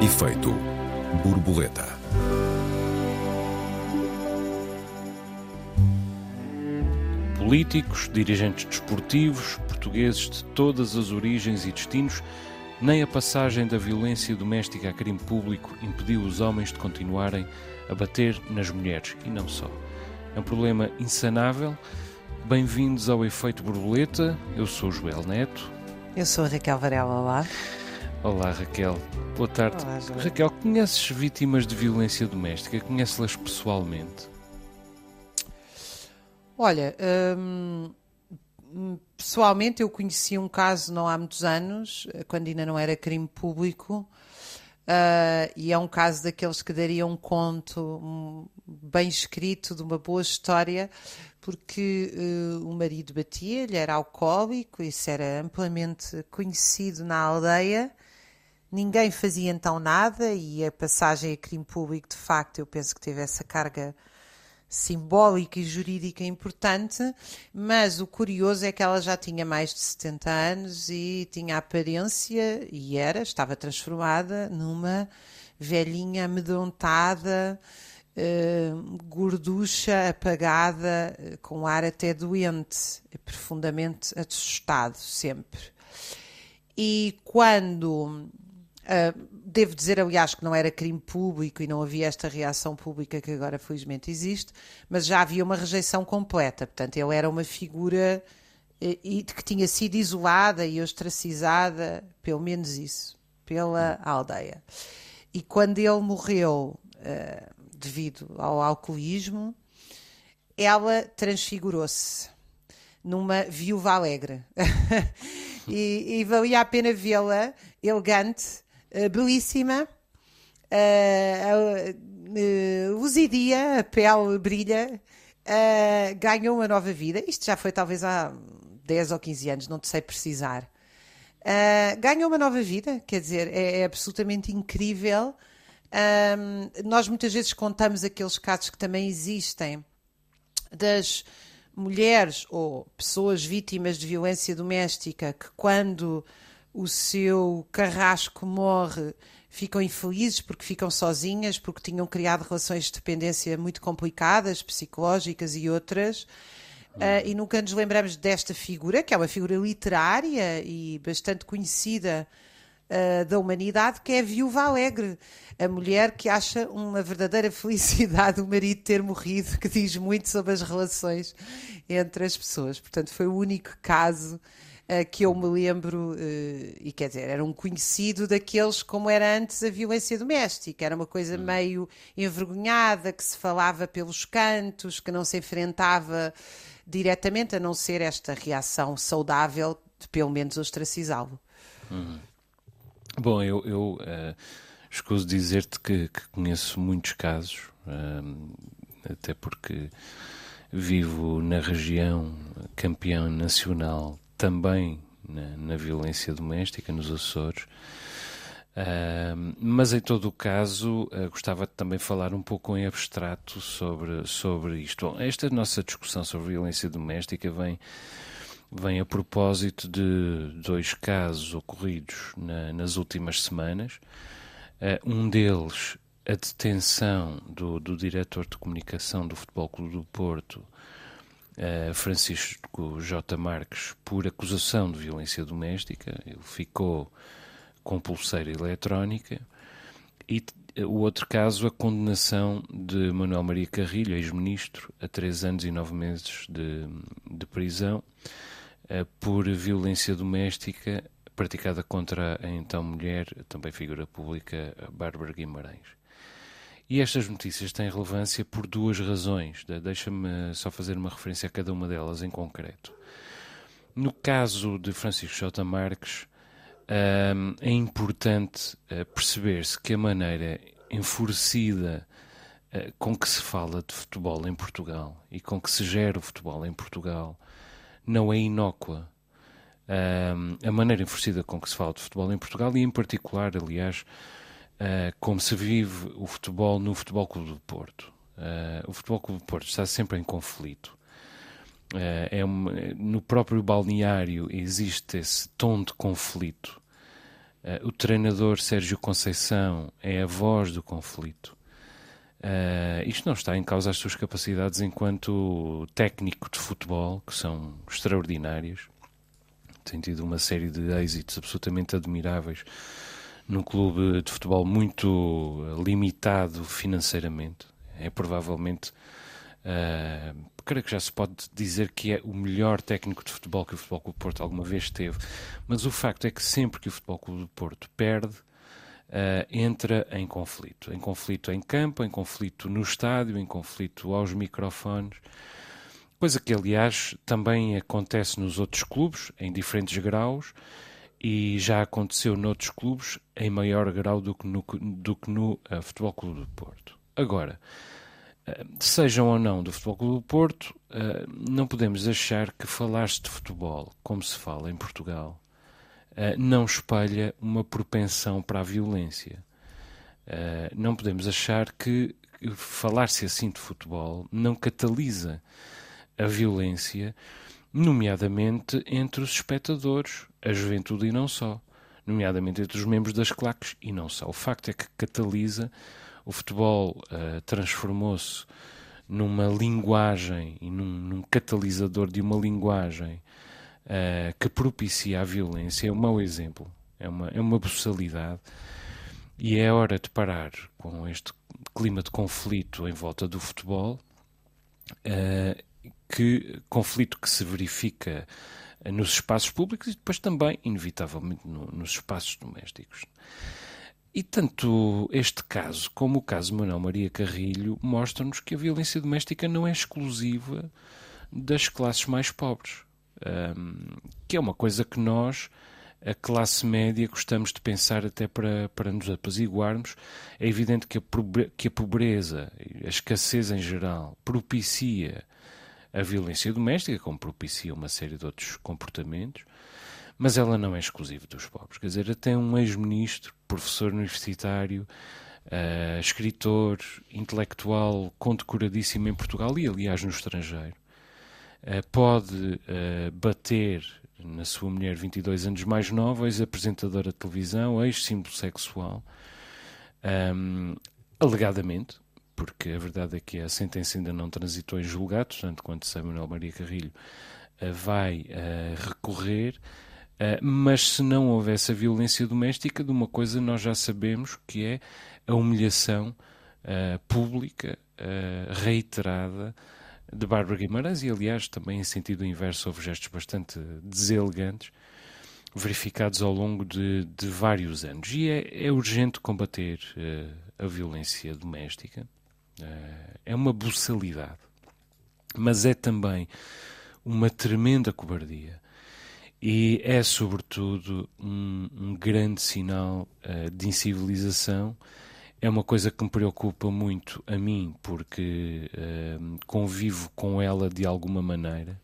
Efeito borboleta. Políticos, dirigentes desportivos, portugueses de todas as origens e destinos, nem a passagem da violência doméstica a crime público impediu os homens de continuarem a bater nas mulheres, e não só. É um problema insanável. Bem-vindos ao Efeito Borboleta. Eu sou o Joel Neto. Eu sou a Raquel Varela, olá. Olá, Raquel. Boa tarde. Olá, Joel. Raquel, conheces vítimas de violência doméstica? Conheces-las pessoalmente? Olha, pessoalmente eu conheci um caso não há muitos anos, quando ainda não era crime público, e é um caso daqueles que daria um conto bem escrito, de uma boa história, porque o marido batia-lhe, era alcoólico, isso era amplamente conhecido na aldeia, ninguém fazia então nada, e a passagem a crime público, de facto, eu penso que teve essa carga simbólica e jurídica importante, mas o curioso é que ela já tinha mais de 70 anos e tinha aparência, e estava transformada numa velhinha amedrontada, gorducha, apagada, com ar até doente, profundamente assustado sempre. E quando... devo dizer, aliás, que não era crime público e não havia esta reação pública que agora felizmente existe, mas já havia uma rejeição completa. Portanto, ele era uma figura que tinha sido isolada e ostracizada, pelo menos isso, pela aldeia. E quando ele morreu devido ao alcoolismo, ela transfigurou-se numa viúva alegre. e valia a pena vê-la elegante, belíssima, luzidia, a pele brilha, ganhou uma nova vida. Isto já foi talvez há 10 ou 15 anos, não te sei precisar. Ganhou uma nova vida, quer dizer, é absolutamente incrível. Nós muitas vezes contamos aqueles casos que também existem das mulheres ou pessoas vítimas de violência doméstica que, quando o seu carrasco morre, ficam infelizes porque ficam sozinhas, porque tinham criado relações de dependência muito complicadas, psicológicas e outras, e nunca nos lembramos desta figura, que é uma figura literária e bastante conhecida da humanidade, que é a viúva alegre, a mulher que acha uma verdadeira felicidade o marido ter morrido, que diz muito sobre as relações entre as pessoas. Portanto, foi o único caso que eu me lembro, e quer dizer, era um conhecido daqueles como era antes a violência doméstica, era uma coisa meio envergonhada, que se falava pelos cantos, que não se enfrentava diretamente, a não ser esta reação saudável de pelo menos ostracizá-lo. Bom, eu escuso dizer-te que conheço muitos casos, até porque vivo na região campeã nacional também na violência doméstica, nos Açores, mas em todo o caso gostava de também falar um pouco em abstrato sobre isto. Bom, esta nossa discussão sobre violência doméstica vem a propósito de dois casos ocorridos nas últimas semanas. Um deles, a detenção do diretor de comunicação do Futebol Clube do Porto, Francisco J. Marques, por acusação de violência doméstica. Ele ficou com pulseira eletrónica. E o outro caso, a condenação de Manuel Maria Carrilho, ex-ministro, a 3 anos e 9 meses de prisão, por violência doméstica praticada contra a então mulher, também figura pública, Bárbara Guimarães. E estas notícias têm relevância por duas razões. Deixa-me só fazer uma referência a cada uma delas em concreto. No caso de Francisco J. Marques, é importante perceber-se que a maneira enfurecida com que se fala de futebol em Portugal e com que se gera o futebol em Portugal não é inócua. A maneira enfurecida com que se fala de futebol em Portugal, e em particular, aliás, como se vive o futebol no Futebol Clube do Porto. O Futebol Clube do Porto está sempre em conflito. No próprio balneário existe esse tom de conflito O treinador Sérgio Conceição é a voz do conflito. Isto não está em causa as suas capacidades enquanto técnico de futebol, que são extraordinárias. Tem tido uma série de êxitos absolutamente admiráveis num clube de futebol muito limitado financeiramente. É provavelmente, creio que já se pode dizer que é o melhor técnico de futebol que o Futebol Clube do Porto alguma vez teve, mas o facto é que sempre que o Futebol Clube do Porto perde, entra em conflito em campo, em conflito no estádio, em conflito aos microfones, coisa que aliás também acontece nos outros clubes em diferentes graus e já aconteceu noutros clubes em maior grau do que no Futebol Clube do Porto. Agora, sejam ou não do Futebol Clube do Porto, não podemos achar que falar-se de futebol como se fala em Portugal não espelha uma propensão para a violência. Não podemos achar que falar-se assim de futebol não catalisa a violência, nomeadamente entre os espectadores, a juventude e não só, nomeadamente entre os membros das claques e não só. O facto é que catalisa, o futebol transformou-se numa linguagem e num catalisador de uma linguagem que propicia a violência. É um mau exemplo, é uma boçalidade, e é hora de parar com este clima de conflito em volta do futebol, conflito que se verifica nos espaços públicos e depois também, inevitavelmente, nos espaços domésticos. E tanto este caso como o caso de Manuel Maria Carrilho mostram-nos que a violência doméstica não é exclusiva das classes mais pobres, que é uma coisa que nós, a classe média, gostamos de pensar até para nos apaziguarmos. É evidente que a pobreza, a escassez em geral, propicia a violência doméstica, como propicia uma série de outros comportamentos, mas ela não é exclusiva dos pobres. Quer dizer, até um ex-ministro, professor universitário, escritor, intelectual condecoradíssimo em Portugal e, aliás, no estrangeiro, pode bater na sua mulher 22 anos mais nova, ex-apresentadora de televisão, ex-símbolo sexual, alegadamente, porque a verdade é que a sentença ainda não transitou em julgado, portanto, quando São Manuel Maria Carrilho vai recorrer, mas se não houvesse a violência doméstica, de uma coisa nós já sabemos, que é a humilhação pública, reiterada, de Bárbara Guimarães, e aliás também em sentido inverso houve gestos bastante deselegantes verificados ao longo de vários anos. E é urgente combater a violência doméstica. É uma boçalidade, mas é também uma tremenda cobardia e é sobretudo um grande sinal de incivilização. É uma coisa que me preocupa muito a mim, porque convivo com ela de alguma maneira.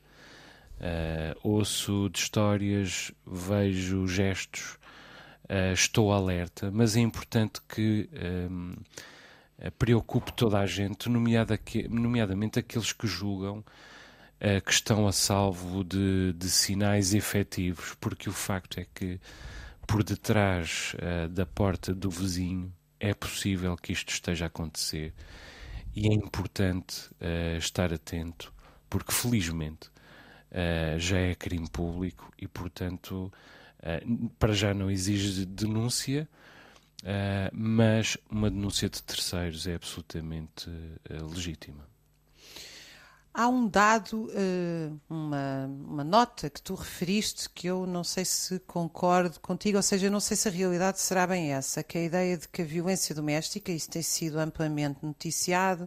Ouço de histórias, vejo gestos, estou alerta, mas é importante que preocupe toda a gente, nomeadamente aqueles que julgam que estão a salvo de sinais efetivos, porque o facto é que por detrás da porta do vizinho é possível que isto esteja a acontecer e é importante estar atento, porque felizmente já é crime público e, portanto, para já não exige denúncia, mas uma denúncia de terceiros é absolutamente legítima. Há um dado, uma nota que tu referiste que eu não sei se concordo contigo, ou seja, eu não sei se a realidade será bem essa, que é a ideia de que a violência doméstica, isso tem sido amplamente noticiado,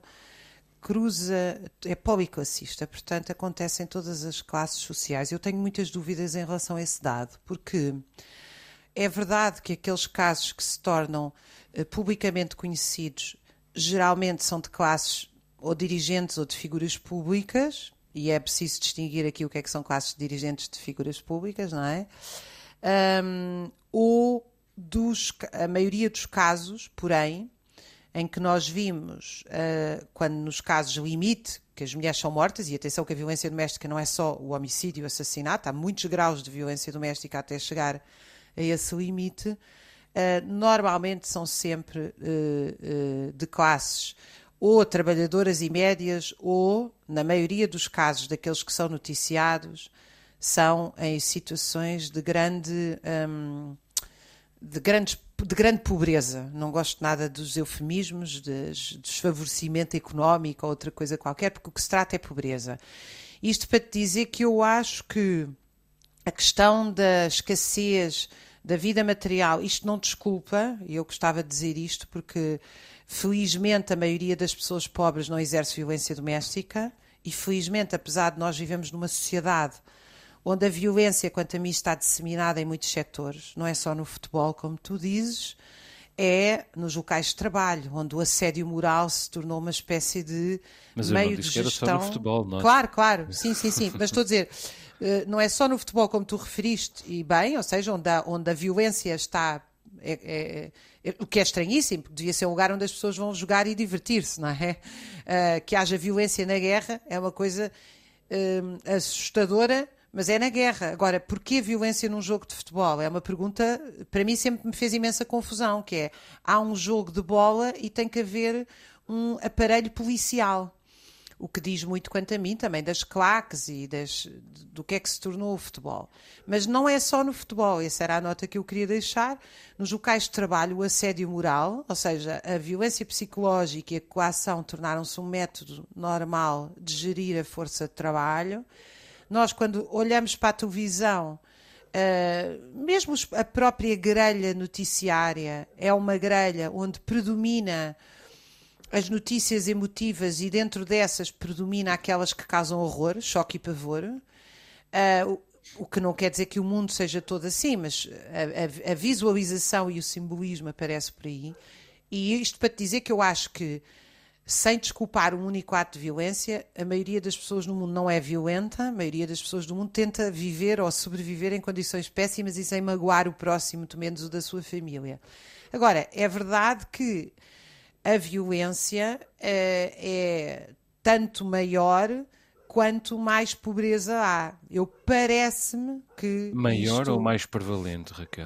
é policlassista, portanto acontece em todas as classes sociais. Eu tenho muitas dúvidas em relação a esse dado, porque é verdade que aqueles casos que se tornam publicamente conhecidos geralmente são de classes ou dirigentes ou de figuras públicas, e é preciso distinguir aqui o que é que são classes de dirigentes de figuras públicas, não é? A maioria dos casos, porém, em que nós vimos, quando nos casos limite, que as mulheres são mortas, e atenção que a violência doméstica não é só o homicídio, o assassinato, há muitos graus de violência doméstica até chegar a esse limite, normalmente são sempre de classes ou trabalhadoras e médias ou, na maioria dos casos daqueles que são noticiados, são em situações de grande pobreza. Não gosto nada dos eufemismos, de desfavorecimento económico ou outra coisa qualquer, porque o que se trata é pobreza. Isto para te dizer que eu acho que a questão da escassez da vida material, isto não desculpa, e eu gostava de dizer isto porque felizmente a maioria das pessoas pobres não exerce violência doméstica e felizmente, apesar de nós vivemos numa sociedade onde a violência, quanto a mim, está disseminada em muitos setores, não é só no futebol, como tu dizes, é nos locais de trabalho, onde o assédio moral se tornou uma espécie de meio de gestão. Mas eu não disse que era só no futebol, não é? Claro, sim, mas estou a dizer, não é só no futebol, como tu referiste, e bem, ou seja, onde a violência está... o que é estranhíssimo, porque devia ser um lugar onde as pessoas vão jogar e divertir-se, não é? Que haja violência na guerra é uma coisa assustadora, mas é na guerra. Agora, porquê a violência num jogo de futebol? É uma pergunta, para mim sempre me fez imensa confusão, que é, há um jogo de bola e tem que haver um aparelho policial. O que diz muito quanto a mim também das claques e do que é que se tornou o futebol. Mas não é só no futebol, essa era a nota que eu queria deixar. Nos locais de trabalho, o assédio moral, ou seja, a violência psicológica e a coação tornaram-se um método normal de gerir a força de trabalho. Nós, quando olhamos para a televisão, mesmo a própria grelha noticiária é uma grelha onde predomina as notícias emotivas e dentro dessas predomina aquelas que causam horror, choque e pavor. O que não quer dizer que o mundo seja todo assim, mas a visualização e o simbolismo aparece por aí. E isto para te dizer que eu acho que, sem desculpar um único ato de violência, a maioria das pessoas no mundo não é violenta, a maioria das pessoas do mundo tenta viver ou sobreviver em condições péssimas e sem magoar o próximo, muito menos o da sua família. Agora, é verdade que a violência é tanto maior quanto mais pobreza há. Parece-me que maior ou mais prevalente, Raquel?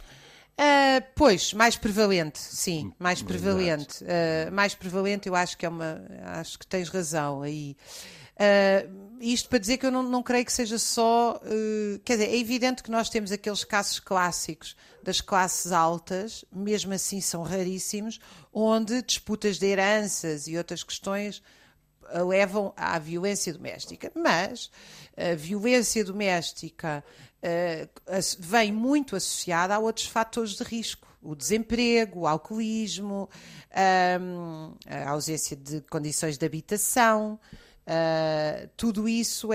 Pois, mais prevalente, sim, mais prevalente. Mais prevalente, eu acho que acho que tens razão aí. Isto para dizer que eu não creio que seja só... quer dizer, é evidente que nós temos aqueles casos clássicos das classes altas, mesmo assim são raríssimos, onde disputas de heranças e outras questões levam à violência doméstica. Mas a violência doméstica vem muito associada a outros fatores de risco. O desemprego, o alcoolismo, a ausência de condições de habitação, tudo isso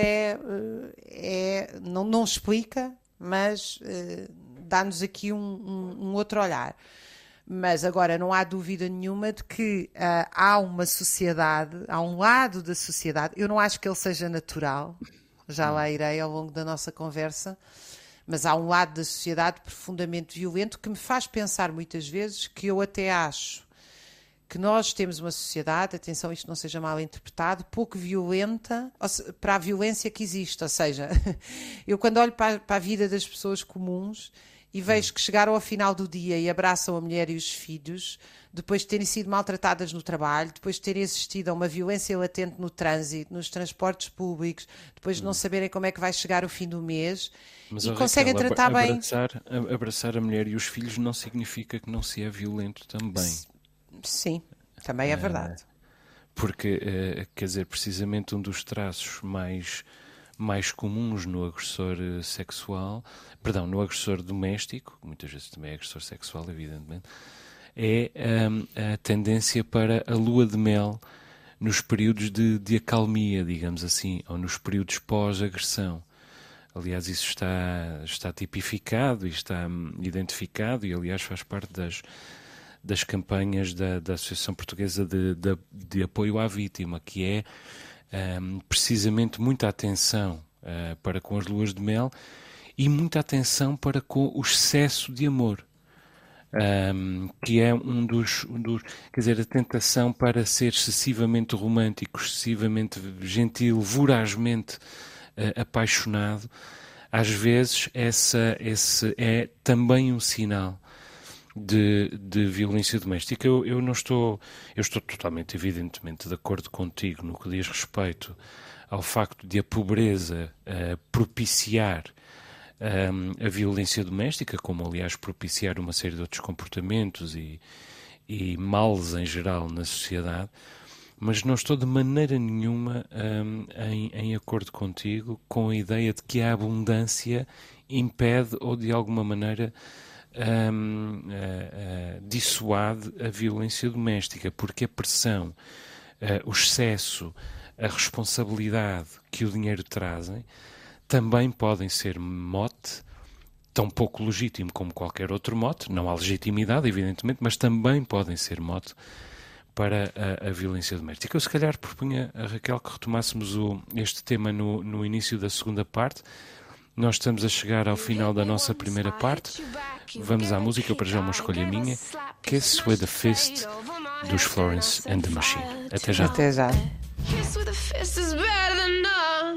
não explica, mas dá-nos aqui um outro olhar. Mas agora não há dúvida nenhuma de que há uma sociedade, há um lado da sociedade, eu não acho que ele seja natural, já lá irei ao longo da nossa conversa, mas há um lado da sociedade profundamente violento que me faz pensar muitas vezes que eu até acho que nós temos uma sociedade, atenção, isto não seja mal interpretado, pouco violenta para a violência que existe. Ou seja, eu quando olho para a vida das pessoas comuns e vejo que chegaram ao final do dia e abraçam a mulher e os filhos, depois de terem sido maltratadas no trabalho, depois de terem assistido a uma violência latente no trânsito, nos transportes públicos, depois de não saberem como é que vai chegar o fim do mês, mas, e conseguem Raquel, tratar bem... Abraçar a mulher e os filhos não significa que não se é violento também. Sim, também é verdade. Porque, quer dizer, precisamente um dos traços mais comuns no agressor sexual, no agressor doméstico, que muitas vezes também é agressor sexual, evidentemente, é a tendência para a lua de mel nos períodos de acalmia, digamos assim, ou nos períodos pós-agressão. Aliás, isso está tipificado e está identificado e, aliás, faz parte das campanhas da Associação Portuguesa de Apoio à Vítima, que é precisamente muita atenção para com as luas de mel e muita atenção para com o excesso de amor, que é um dos... Quer dizer, a tentação para ser excessivamente romântico, excessivamente gentil, vorazmente apaixonado, às vezes esse é também um sinal de violência doméstica. Eu estou totalmente, evidentemente, de acordo contigo no que diz respeito ao facto de a pobreza propiciar a violência doméstica, como aliás propiciar uma série de outros comportamentos e males em geral na sociedade, mas não estou de maneira nenhuma em acordo contigo com a ideia de que a abundância impede ou de alguma maneira dissuade a violência doméstica, porque a pressão, o excesso, a responsabilidade que o dinheiro trazem também podem ser mote, tão pouco legítimo como qualquer outro mote. Não há legitimidade, evidentemente, mas também podem ser mote para a violência doméstica. Eu se calhar propunha a Raquel que retomássemos este tema no início da segunda parte. Nós estamos a chegar ao final da nossa primeira parte. Vamos à música, para já uma escolha minha. Kiss with a Fist, dos Florence and the Machine. Até já. Até já. Kiss with a fist is better than none.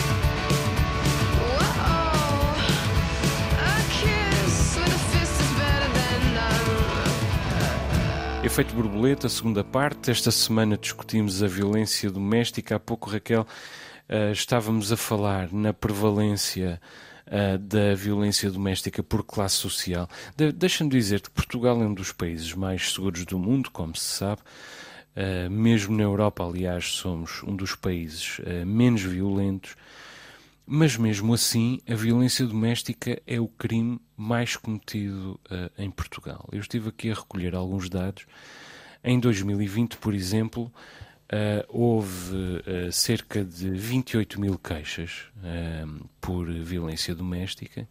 Efeito borboleta, segunda parte. Esta semana discutimos a violência doméstica. Há pouco, Raquel, estávamos a falar na prevalência da violência doméstica por classe social. Deixa-me dizer que Portugal é um dos países mais seguros do mundo, como se sabe. Mesmo na Europa, aliás, somos um dos países menos violentos. Mas mesmo assim, a violência doméstica é o crime mais cometido em Portugal. Eu estive aqui a recolher alguns dados. Em 2020, por exemplo, houve cerca de 28 mil queixas por violência doméstica.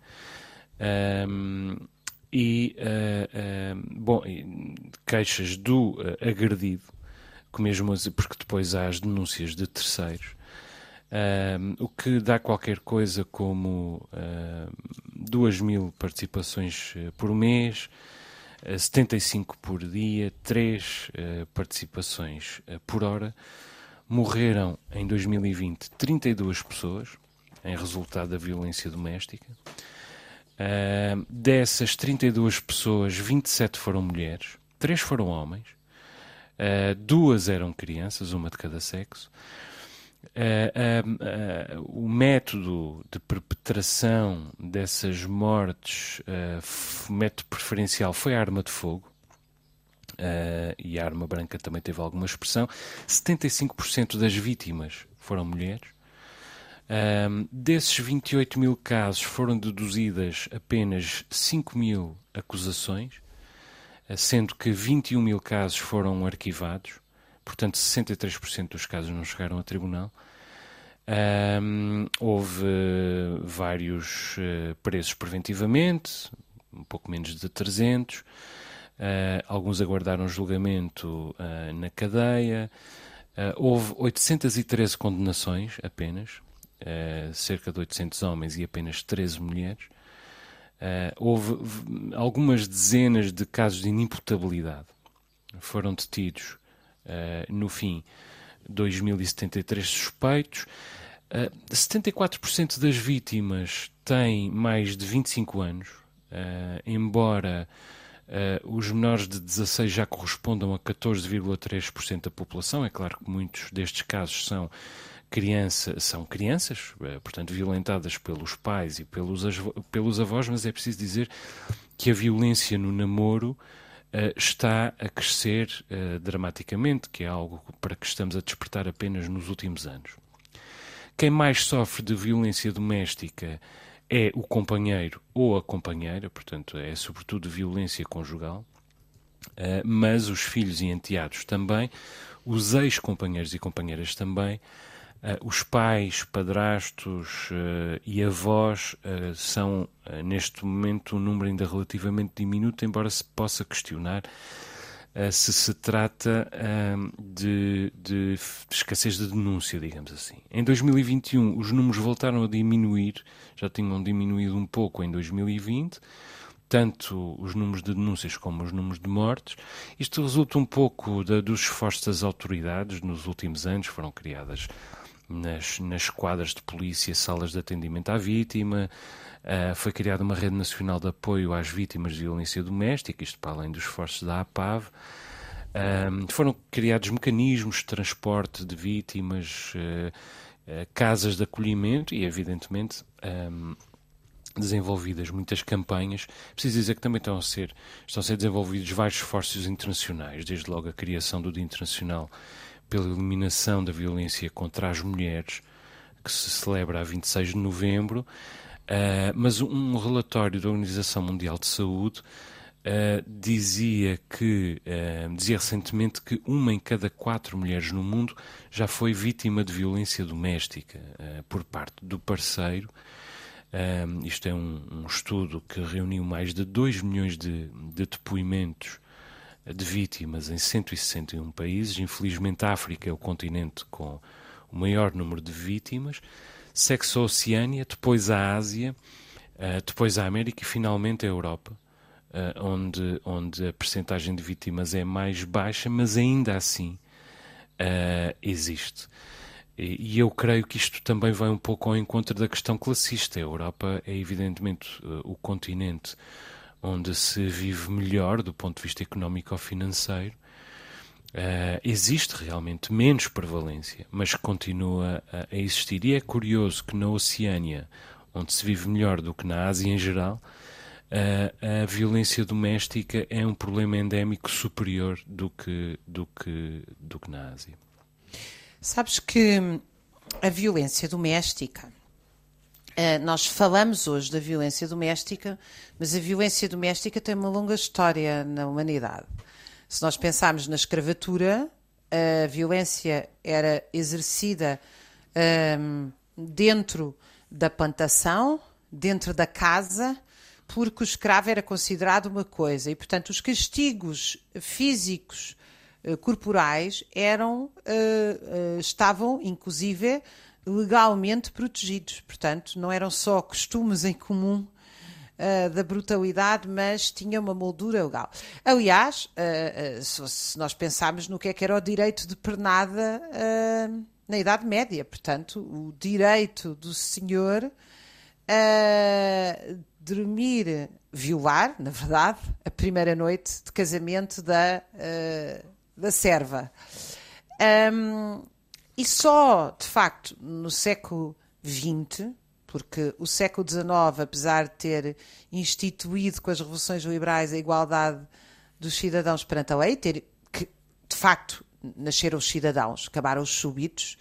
Queixas do agredido, que mesmo porque depois há as denúncias de terceiros. O que dá qualquer coisa como 2.000 participações por mês, 75 por dia, 3 participações por hora. Morreram em 2020 32 pessoas em resultado da violência doméstica. Dessas 32 pessoas, 27 foram mulheres, 3 foram homens, 2 eram crianças, uma de cada sexo. O método de perpetração dessas mortes, o método preferencial foi a arma de fogo, e a arma branca também teve alguma expressão. 75% das vítimas foram mulheres. Desses 28 mil casos foram deduzidas apenas 5 mil acusações, sendo que 21 mil casos foram arquivados. Portanto, 63% dos casos não chegaram a tribunal. Houve vários presos preventivamente, um pouco menos de 300. Alguns aguardaram julgamento na cadeia. Houve 813 condenações apenas, cerca de 800 homens e apenas 13 mulheres. Houve algumas dezenas de casos de inimputabilidade. Foram detidos no fim, 2.073 suspeitos. 74% das vítimas têm mais de 25 anos, embora os menores de 16 já correspondam a 14,3% da população. É claro que muitos destes casos são crianças, portanto, violentadas pelos pais e pelos avós, mas é preciso dizer que a violência no namoro está a crescer dramaticamente, que é algo para que estamos a despertar apenas nos últimos anos. Quem mais sofre de violência doméstica é o companheiro ou a companheira, portanto é sobretudo violência conjugal, mas os filhos e enteados também, os ex-companheiros e companheiras também, os pais, padrastos e avós são, neste momento, um número ainda relativamente diminuto, embora se possa questionar se se trata de escassez de denúncia, digamos assim. Em 2021, os números voltaram a diminuir, já tinham diminuído um pouco em 2020, tanto os números de denúncias como os números de mortes. Isto resulta um pouco dos esforços das autoridades. Nos últimos anos foram criadas nas quadras de polícia, salas de atendimento à vítima. Foi criada uma rede nacional de apoio às vítimas de violência doméstica, isto para além dos esforços da APAV. Foram criados mecanismos de transporte de vítimas, casas de acolhimento e, evidentemente, desenvolvidas muitas campanhas. Preciso dizer que também estão a ser desenvolvidos vários esforços internacionais, desde logo a criação do Dia Internacional pela Eliminação da Violência contra as Mulheres, que se celebra a 26 de novembro, mas um relatório da Organização Mundial de Saúde dizia recentemente que 1 em cada 4 mulheres no mundo já foi vítima de violência doméstica por parte do parceiro. Isto é um estudo que reuniu mais de 2 milhões de depoimentos de vítimas em 161 países. Infelizmente, a África é o continente com o maior número de vítimas. Segue-se a Oceânia, depois a Ásia, depois a América e finalmente a Europa, onde a percentagem de vítimas é mais baixa, mas ainda assim existe. E eu creio que isto também vai um pouco ao encontro da questão classista. A Europa é evidentemente o continente onde se vive melhor do ponto de vista económico ou financeiro. Existe realmente menos prevalência, mas continua a existir. E é curioso que na Oceânia, onde se vive melhor do que na Ásia em geral, a violência doméstica é um problema endémico superior do que na Ásia. Sabes que a violência doméstica, nós falamos hoje da violência doméstica, mas a violência doméstica tem uma longa história na humanidade. Se nós pensarmos na escravatura, a violência era exercida dentro da plantação, dentro da casa, porque o escravo era considerado uma coisa e, portanto, os castigos físicos corporais estavam, inclusive, legalmente protegidos. Portanto, não eram só costumes em comum da brutalidade, mas tinha uma moldura legal. Aliás, se nós pensarmos no que era o direito de pernada na Idade Média, portanto, o direito do senhor dormir, violar, na verdade, a primeira noite de casamento da serva. E só, de facto, no século XX, porque o século XIX, apesar de ter instituído com as revoluções liberais a igualdade dos cidadãos perante a lei, que de facto nasceram os cidadãos, acabaram os súbitos,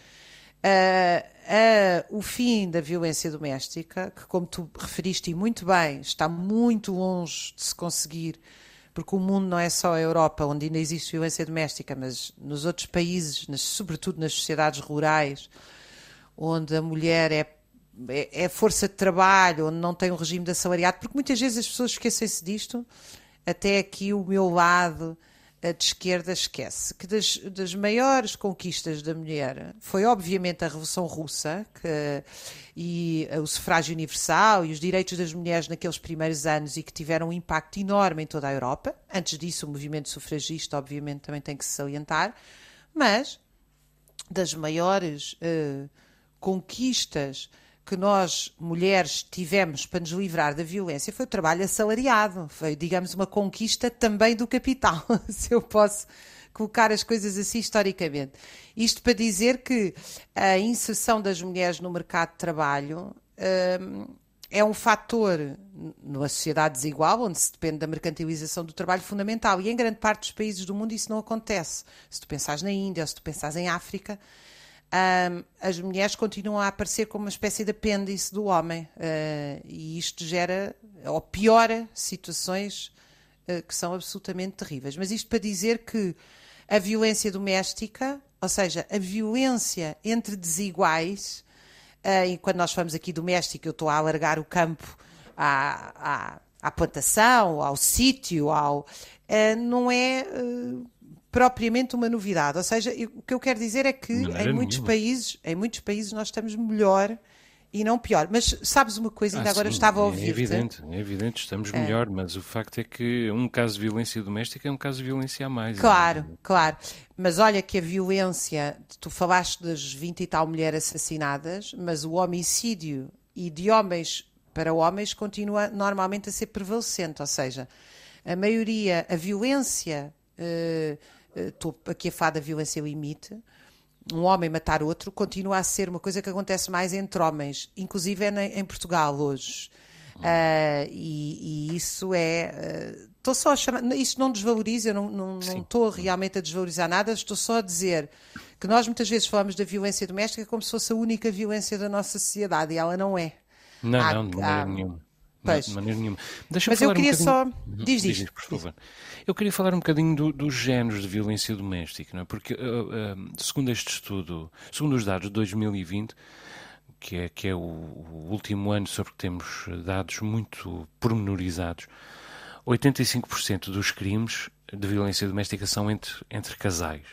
o fim da violência doméstica, que, como tu referiste e muito bem, está muito longe de se conseguir, porque o mundo não é só a Europa, onde ainda existe violência doméstica, mas nos outros países, sobretudo nas sociedades rurais, onde a mulher é força de trabalho, onde não tem um regime de assalariado, porque muitas vezes as pessoas esquecem-se disto, até aqui o meu lado de esquerda esquece, que das maiores conquistas da mulher foi obviamente a Revolução Russa e o sufrágio universal e os direitos das mulheres naqueles primeiros anos e que tiveram um impacto enorme em toda a Europa. Antes disso, o movimento sufragista obviamente também tem que se salientar, mas das maiores conquistas que nós, mulheres, tivemos para nos livrar da violência foi o trabalho assalariado. Foi, digamos, uma conquista também do capital, se eu posso colocar as coisas assim historicamente. Isto para dizer que a inserção das mulheres no mercado de trabalho é um fator, numa sociedade desigual, onde se depende da mercantilização do trabalho, fundamental. E em grande parte dos países do mundo isso não acontece. Se tu pensares na Índia ou se tu pensares em África, as mulheres continuam a aparecer como uma espécie de apêndice do homem, e isto gera ou piora situações que são absolutamente terríveis. Mas isto para dizer que a violência doméstica, ou seja, a violência entre desiguais, e quando nós falamos aqui doméstica, eu estou a alargar o campo à plantação, ao sítio, não é propriamente uma novidade. Ou seja, o que eu quero dizer é que em muitos países nós estamos melhor e não pior. Mas sabes uma coisa, ainda agora sim, estava a é ouvir-te. evidente, estamos melhor, mas o facto é que um caso de violência doméstica é um caso de violência a mais. Claro, claro. Mas olha que a violência, tu falaste das 20 e tal mulheres assassinadas, mas o homicídio e de homens para homens continua normalmente a ser prevalecente, ou seja, a maioria, a violência, estou aqui a falar da violência limite, um homem matar outro continua a ser uma coisa que acontece mais entre homens, inclusive em Portugal hoje. E isso estou só a chamar, isto não desvaloriza, eu não estou realmente a desvalorizar nada, estou só a dizer que nós muitas vezes falamos da violência doméstica como se fosse a única violência da nossa sociedade e ela não é. Não, de maneira nenhuma. Pois. De maneira nenhuma. Deixa-me Mas eu falar queria um bocadinho... só. Diz. Por favor. Eu queria falar um bocadinho dos géneros de violência doméstica, não é? Porque, segundo este estudo, segundo os dados de 2020, que é o último ano sobre que temos dados muito pormenorizados, 85% dos crimes de violência doméstica são entre casais.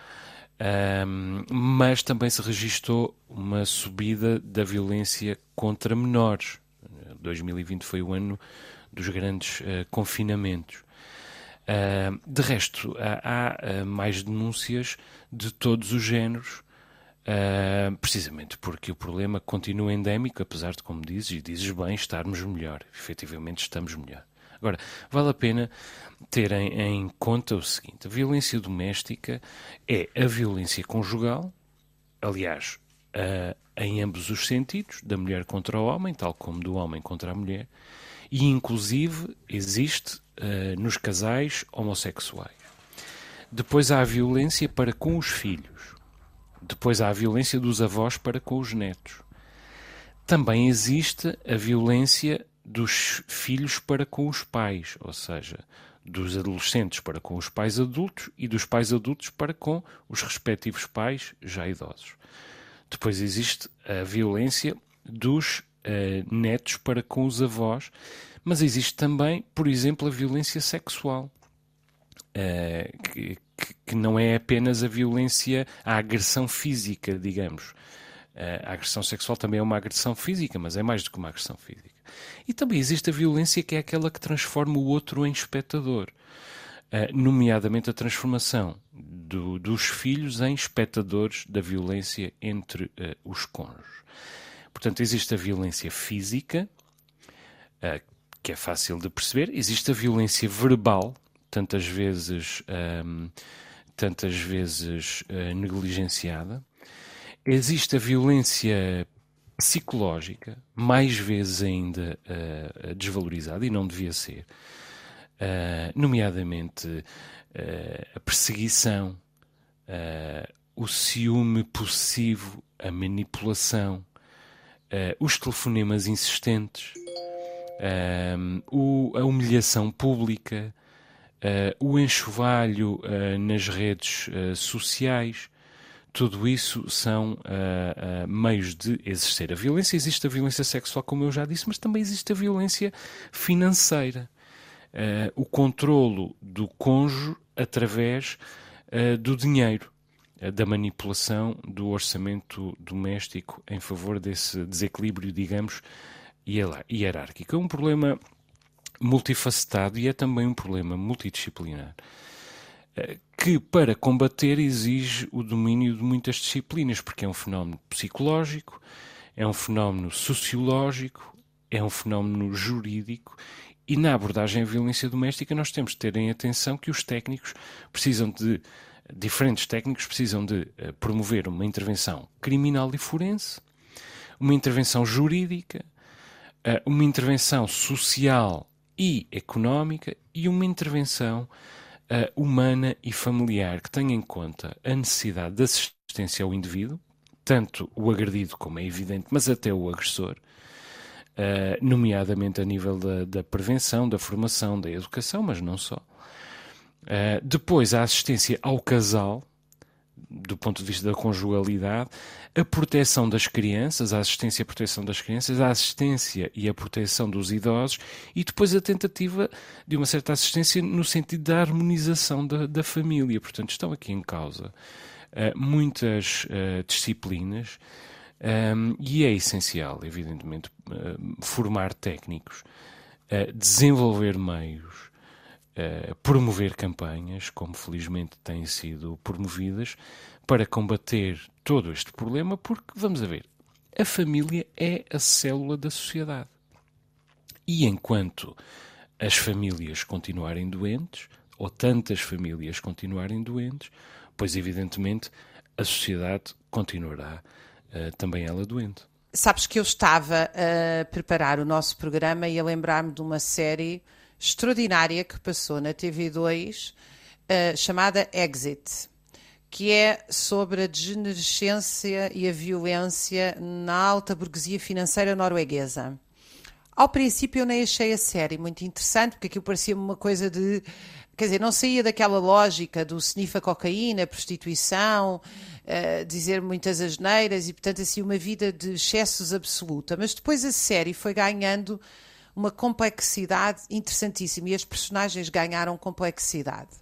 Mas também se registou uma subida da violência contra menores. 2020 foi o ano dos grandes confinamentos. De resto, há mais denúncias de todos os géneros, precisamente porque o problema continua endémico, apesar de, como dizes, e dizes bem, estarmos melhor. Efetivamente estamos melhor. Agora, vale a pena ter em conta o seguinte: a violência doméstica é a violência conjugal, aliás, em ambos os sentidos, da mulher contra o homem, tal como do homem contra a mulher, e inclusive existe nos casais homossexuais. Depois há a violência para com os filhos. Depois há a violência dos avós para com os netos. Também existe a violência dos filhos para com os pais, ou seja, dos adolescentes para com os pais adultos e dos pais adultos para com os respectivos pais já idosos. Depois existe a violência dos netos para com os avós, mas existe também, por exemplo, a violência sexual, que não é apenas a violência, a agressão física, digamos. A agressão sexual também é uma agressão física, mas é mais do que uma agressão física. E também existe a violência que é aquela que transforma o outro em espectador, nomeadamente a transformação dos filhos em espectadores da violência entre os cônjuges. Portanto, existe a violência física, que é fácil de perceber, existe a violência verbal, tantas vezes negligenciada, existe a violência psicológica, mais vezes ainda desvalorizada, e não devia ser, nomeadamente a perseguição, o ciúme possessivo, a manipulação, os telefonemas insistentes, a humilhação pública, o enxovalho nas redes sociais. Tudo isso são meios de exercer a violência. Existe a violência sexual, como eu já disse, mas também existe a violência financeira. O controlo do cônjuge através do dinheiro, da manipulação do orçamento doméstico em favor desse desequilíbrio, digamos, hierárquico. É um problema multifacetado e é também um problema multidisciplinar, que para combater exige o domínio de muitas disciplinas, porque é um fenómeno psicológico, é um fenómeno sociológico, é um fenómeno jurídico, e na abordagem à violência doméstica nós temos de ter em atenção que os técnicos diferentes técnicos precisam de promover uma intervenção criminal e forense, uma intervenção jurídica, uma intervenção social e económica e uma intervenção humana e familiar que tenha em conta a necessidade de assistência ao indivíduo, tanto o agredido, como é evidente, mas até o agressor, nomeadamente a nível da prevenção, da formação, da educação, mas não só. Depois a assistência ao casal, do ponto de vista da conjugalidade, a proteção das crianças, a assistência e a proteção das crianças, a assistência e a proteção dos idosos, e depois a tentativa de uma certa assistência no sentido da harmonização da família. Portanto, estão aqui em causa muitas disciplinas E é essencial, evidentemente, formar técnicos, desenvolver meios, promover campanhas, como felizmente têm sido promovidas, para combater todo este problema, porque, vamos a ver, a família é a célula da sociedade. E enquanto as famílias continuarem doentes, ou tantas famílias continuarem doentes, pois evidentemente a sociedade continuará também ela doente. Sabes que eu estava a preparar o nosso programa e a lembrar-me de uma série extraordinária que passou na TV2, chamada Exit, que é sobre a degenerescência e a violência na alta burguesia financeira norueguesa. Ao princípio eu nem achei a série muito interessante, porque aquilo parecia-me uma coisa de... Quer dizer, não saía daquela lógica do sniffa cocaína, prostituição, dizer muitas asneiras e, portanto, assim, uma vida de excessos absoluta. Mas depois a série foi ganhando uma complexidade interessantíssima e as personagens ganharam complexidade.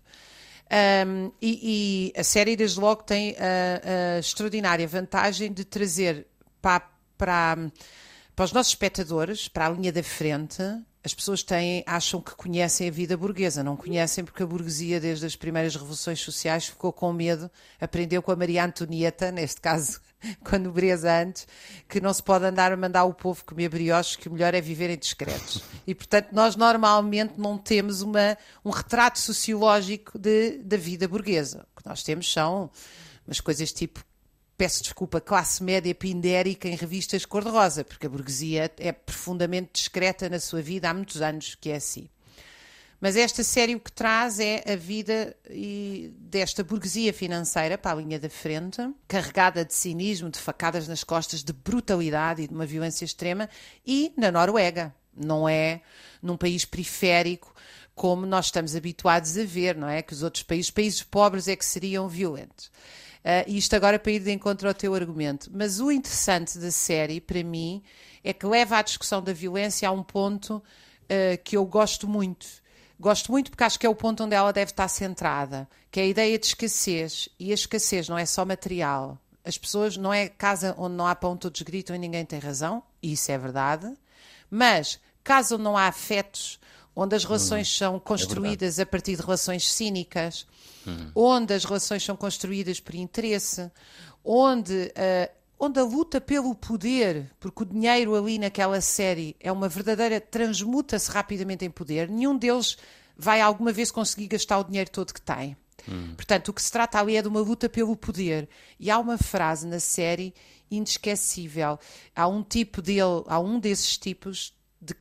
E a série, desde logo, tem a extraordinária vantagem de trazer para os nossos espectadores, para a linha da frente. As pessoas acham que conhecem a vida burguesa, não conhecem porque a burguesia, desde as primeiras revoluções sociais, ficou com medo, aprendeu com a Maria Antonieta, neste caso com a nobreza antes, que não se pode andar a mandar o povo comer brioches, que o melhor é viverem discretos. E, portanto, nós normalmente não temos um retrato sociológico da vida burguesa. O que nós temos são umas coisas tipo, peço desculpa, classe média pindérica em revistas cor-de-rosa, porque a burguesia é profundamente discreta na sua vida há muitos anos que é assim. Mas esta série o que traz é a vida desta burguesia financeira para a linha da frente, carregada de cinismo, de facadas nas costas, de brutalidade e de uma violência extrema, e na Noruega. Não é num país periférico como nós estamos habituados a ver, não é? Que os outros países pobres é que seriam violentos. Isto agora para ir de encontro ao teu argumento. Mas o interessante da série, para mim, é que leva a discussão da violência a um ponto que eu gosto muito. Gosto muito porque acho que é o ponto onde ela deve estar centrada, que é a ideia de escassez. E a escassez não é só material. As pessoas, não é casa onde não há pão, todos gritam e ninguém tem razão. Isso é verdade. Mas, caso não há afetos, onde as relações são construídas a partir de relações cínicas, onde as relações são construídas por interesse, onde a luta pelo poder, porque o dinheiro ali naquela série é uma verdadeira, transmuta-se rapidamente em poder, nenhum deles vai alguma vez conseguir gastar o dinheiro todo que tem. Portanto, o que se trata ali é de uma luta pelo poder. E há uma frase na série inesquecível. Há um desses tipos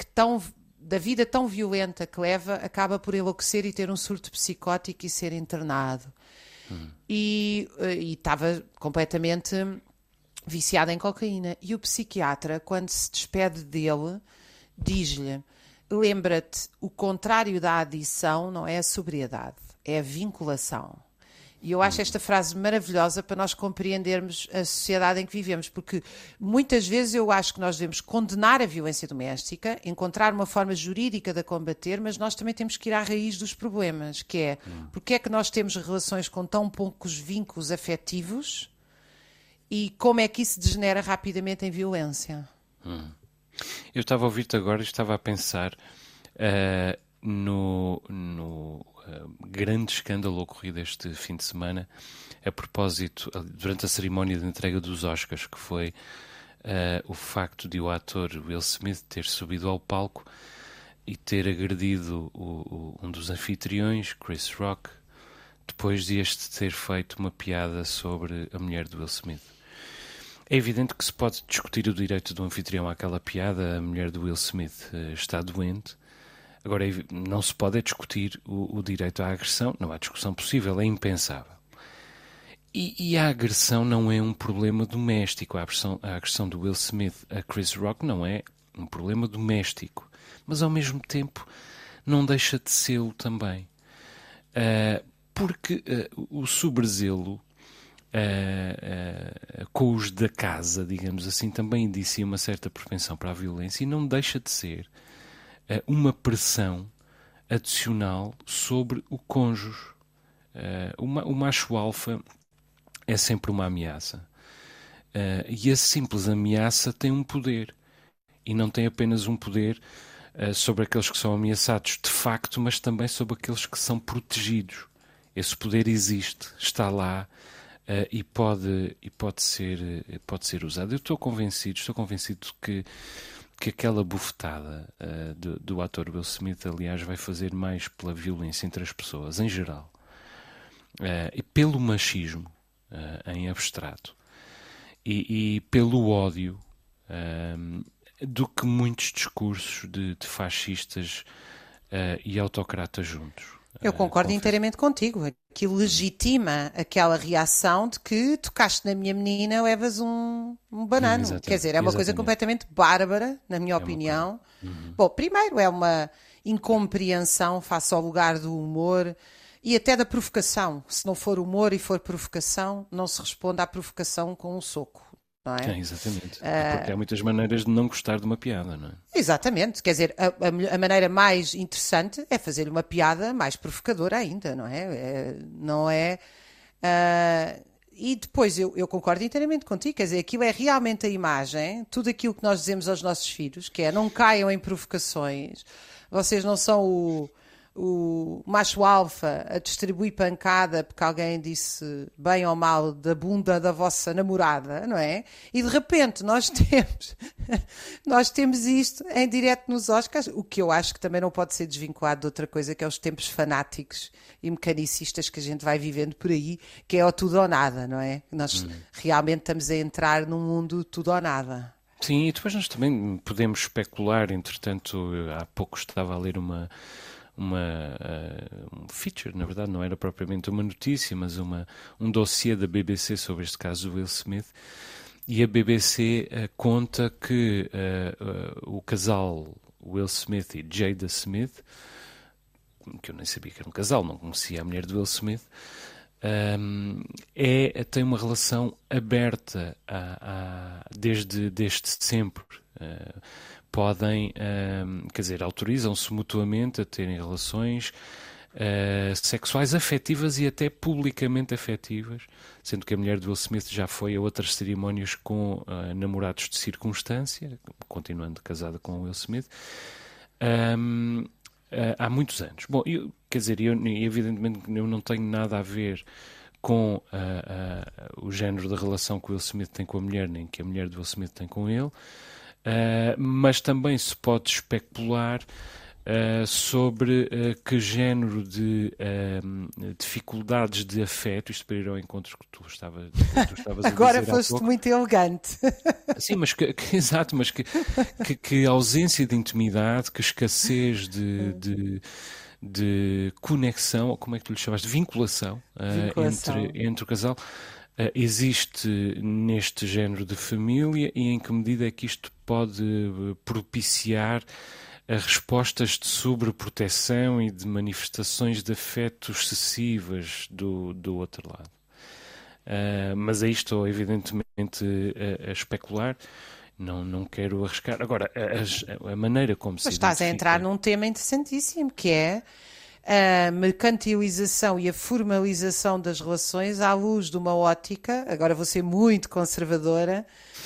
da vida tão violenta que leva, acaba por enlouquecer e ter um surto psicótico e ser internado. E estava completamente viciado em cocaína. E o psiquiatra, quando se despede dele, diz-lhe: lembra-te, o contrário da adição não é a sobriedade, é a vinculação. E eu acho esta frase maravilhosa para nós compreendermos a sociedade em que vivemos, porque muitas vezes eu acho que nós devemos condenar a violência doméstica, encontrar uma forma jurídica de a combater, mas nós também temos que ir à raiz dos problemas, que é porque é que nós temos relações com tão poucos vínculos afetivos e como é que isso degenera rapidamente em violência. Eu estava a ouvir-te agora e estava a pensar no grande escândalo ocorrido este fim de semana a propósito, durante a cerimónia de entrega dos Oscars, que foi o facto de o ator Will Smith ter subido ao palco e ter agredido um dos anfitriões, Chris Rock, depois de este ter feito uma piada sobre a mulher do Will Smith. É evidente que se pode discutir o direito do anfitrião àquela piada. A mulher do Will Smith está doente. Agora, não se pode discutir o direito à agressão. Não há discussão possível, é impensável. E a agressão não é um problema doméstico. A agressão do Will Smith a Chris Rock não é um problema doméstico. Mas, ao mesmo tempo, não deixa de ser também. Porque o sobrezelo com os da casa, digamos assim, também indicia uma certa propensão para a violência e não deixa de ser uma pressão adicional sobre o cônjuge. O macho alfa é sempre uma ameaça. E a simples ameaça tem um poder. E não tem apenas um poder sobre aqueles que são ameaçados de facto, mas também sobre aqueles que são protegidos. Esse poder existe, está lá e pode ser usado. Eu estou convencido que aquela bufetada do ator Will Smith, aliás, vai fazer mais pela violência entre as pessoas, em geral, e pelo machismo, em abstrato, e pelo ódio, do que muitos discursos de fascistas e autocratas juntos. Eu concordo inteiramente contigo. Aquilo legitima aquela reação de que tocaste na minha menina, levas um banano. Exatamente. Quer dizer, é uma coisa completamente bárbara, na minha opinião. Bom, primeiro é uma incompreensão face ao lugar do humor e até da provocação. Se não for humor e for provocação, não se responde à provocação com um soco. Não é? Exatamente. Porque há muitas maneiras de não gostar de uma piada, não é? Exatamente. Quer dizer, a maneira mais interessante é fazer uma piada mais provocadora ainda, não é? Não é... E depois eu concordo inteiramente contigo, quer dizer, aquilo é realmente a imagem, tudo aquilo que nós dizemos aos nossos filhos, que é não caiam em provocações, vocês não são o macho alfa a distribuir pancada porque alguém disse bem ou mal da bunda da vossa namorada, não é? E de repente nós temos isto em direto nos Oscars, o que eu acho que também não pode ser desvinculado de outra coisa, que é os tempos fanáticos e mecanicistas que a gente vai vivendo por aí, que é o tudo ou nada, não é? Nós realmente estamos a entrar num mundo tudo ou nada. Sim, e depois nós também podemos especular, entretanto, há pouco estava a ler um feature, na verdade não era propriamente uma notícia, mas um dossiê da BBC sobre este caso do Will Smith, e a BBC conta que o casal Will Smith e Jada Smith, que eu nem sabia que era um casal, não conhecia a mulher de Will Smith, tem uma relação aberta desde sempre. Podem, quer dizer, autorizam-se mutuamente a terem relações sexuais afetivas e até publicamente afetivas, sendo que a mulher de Will Smith já foi a outras cerimónias com namorados de circunstância, continuando casada com Will Smith, há muitos anos. Bom, quer dizer, evidentemente eu não tenho nada a ver com o género da relação que Will Smith tem com a mulher, nem que a mulher de Will Smith tem com ele. Mas também se pode especular sobre que género de dificuldades de afeto, isto para ir ao encontro que tu estavas a Agora dizer foste muito elegante. Sim, mas exato, mas que ausência de intimidade, que escassez de conexão, ou como é que tu lhe chamas, de vinculação, entre o casal, existe neste género de família, e em que medida é que isto pode propiciar a respostas de sobreproteção e de manifestações de afeto excessivas do outro lado. Mas aí estou evidentemente a especular, não quero arriscar. Agora, a maneira como se identifica... Estás a entrar num tema interessantíssimo, que é a mercantilização e a formalização das relações à luz de uma ótica, agora vou ser muito conservadora,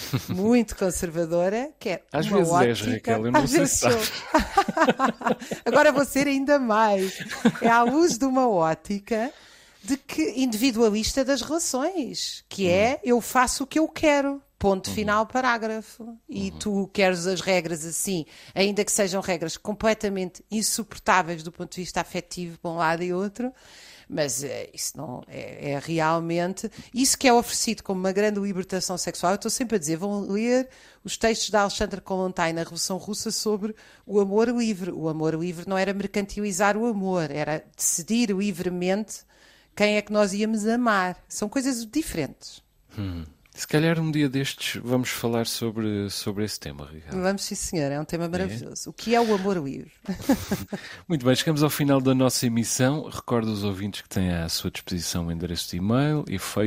que é às uma vezes ótica... és, Raquel, eu não sei se sabes. Agora vou ser ainda mais. É à luz de uma ótica de que individualista das relações, que é eu faço o que eu quero. Ponto final, parágrafo. E tu queres as regras assim, ainda que sejam regras completamente insuportáveis do ponto de vista afetivo para um lado e outro, mas isso não é realmente... Isso que é oferecido como uma grande libertação sexual, eu estou sempre a dizer, vão ler os textos da Alexandra Kollontai na Revolução Russa sobre o amor livre. O amor livre não era mercantilizar o amor, era decidir livremente quem é que nós íamos amar. São coisas diferentes. Se calhar um dia destes vamos falar sobre esse tema, Ricardo. Vamos, sim, senhor. É um tema maravilhoso. O que é o amor livre? Muito bem, chegamos ao final da nossa emissão. Recordo aos ouvintes que têm à sua disposição o endereço de e-mail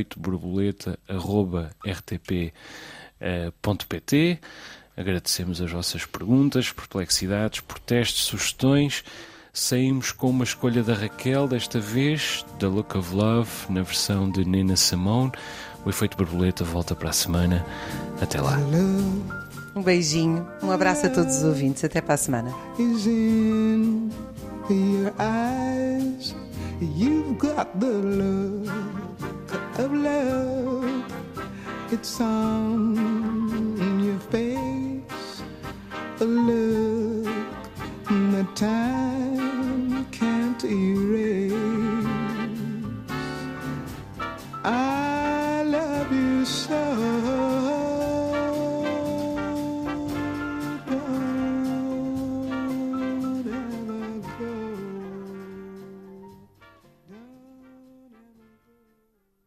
efeitoborboleta@rtp.pt. Agradecemos as vossas perguntas, perplexidades, protestos, sugestões. Saímos com uma escolha da Raquel, desta vez, The Look of Love, na versão de Nina Simone. O Efeito Borboleta volta para a semana. Até lá. Um beijinho, um abraço a todos os ouvintes. Até para a semana. Is in your eyes. You've got the look of love. It sounds